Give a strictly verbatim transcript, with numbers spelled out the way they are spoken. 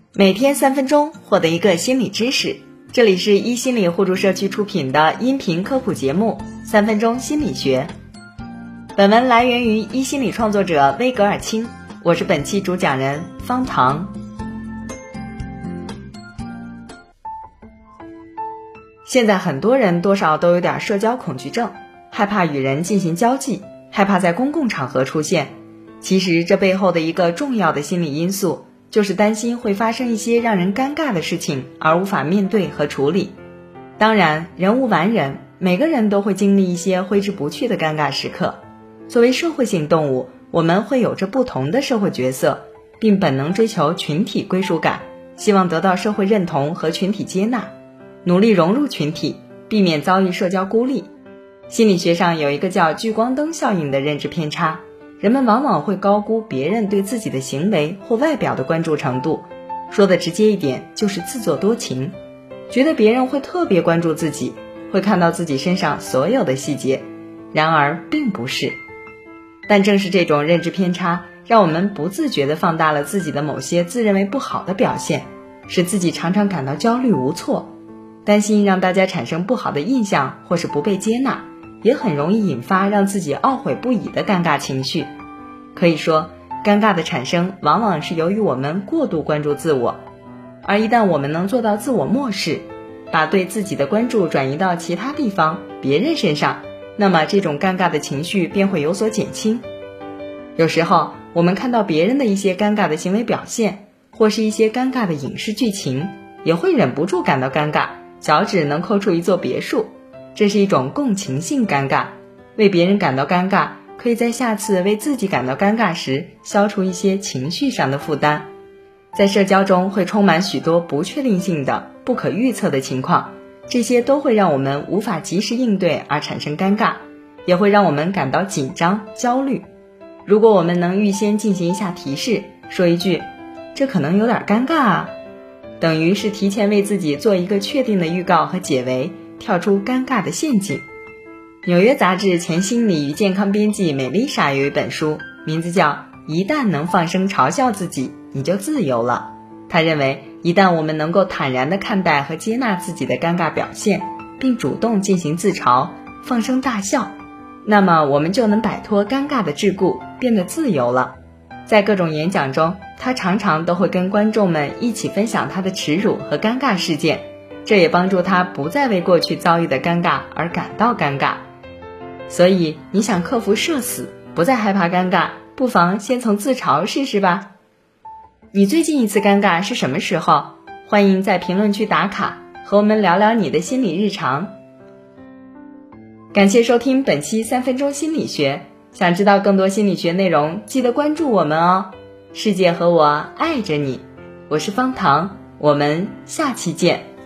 每天三分钟，获得一个心理知识。这里是一心理互助社区出品的音频科普节目《三分钟心理学》。本文来源于一心理创作者威格尔清，我是本期主讲人方糖。现在很多人多少都有点社交恐惧症，害怕与人进行交际，害怕在公共场合出现。其实这背后的一个重要的心理因素，就是担心会发生一些让人尴尬的事情而无法面对和处理。当然，人无完人，每个人都会经历一些挥之不去的尴尬时刻。作为社会性动物，我们会有着不同的社会角色，并本能追求群体归属感，希望得到社会认同和群体接纳，努力融入群体，避免遭遇社交孤立。心理学上有一个叫聚光灯效应的认知偏差，人们往往会高估别人对自己的行为或外表的关注程度，说的直接一点就是自作多情，觉得别人会特别关注自己，会看到自己身上所有的细节，然而并不是。但正是这种认知偏差，让我们不自觉地放大了自己的某些自认为不好的表现，使自己常常感到焦虑无措，担心让大家产生不好的印象或是不被接纳，也很容易引发让自己懊悔不已的尴尬情绪。可以说，尴尬的产生往往是由于我们过度关注自我，而一旦我们能做到自我漠视，把对自己的关注转移到其他地方、别人身上，那么这种尴尬的情绪便会有所减轻。有时候，我们看到别人的一些尴尬的行为表现，或是一些尴尬的影视剧情，也会忍不住感到尴尬，脚趾能抠出一座别墅。这是一种共情性尴尬，为别人感到尴尬，可以在下次为自己感到尴尬时消除一些情绪上的负担。在社交中会充满许多不确定性的、不可预测的情况，这些都会让我们无法及时应对而产生尴尬，也会让我们感到紧张、焦虑。如果我们能预先进行一下提示，说一句这可能有点尴尬啊，等于是提前为自己做一个确定的预告和解围，跳出尴尬的陷阱。纽约杂志前心理与健康编辑美丽莎有一本书，名字叫《一旦能放声嘲笑自己，你就自由了》。他认为，一旦我们能够坦然地看待和接纳自己的尴尬表现，并主动进行自嘲，放声大笑，那么我们就能摆脱尴尬的桎梏，变得自由了。在各种演讲中，他常常都会跟观众们一起分享他的耻辱和尴尬事件，这也帮助他不再为过去遭遇的尴尬而感到尴尬。所以，你想克服社死，不再害怕尴尬，不妨先从自嘲试试吧。你最近一次尴尬是什么时候？欢迎在评论区打卡，和我们聊聊你的心理日常。感谢收听本期三分钟心理学，想知道更多心理学内容，记得关注我们哦。世界和我爱着你，我是方糖，我们下期见。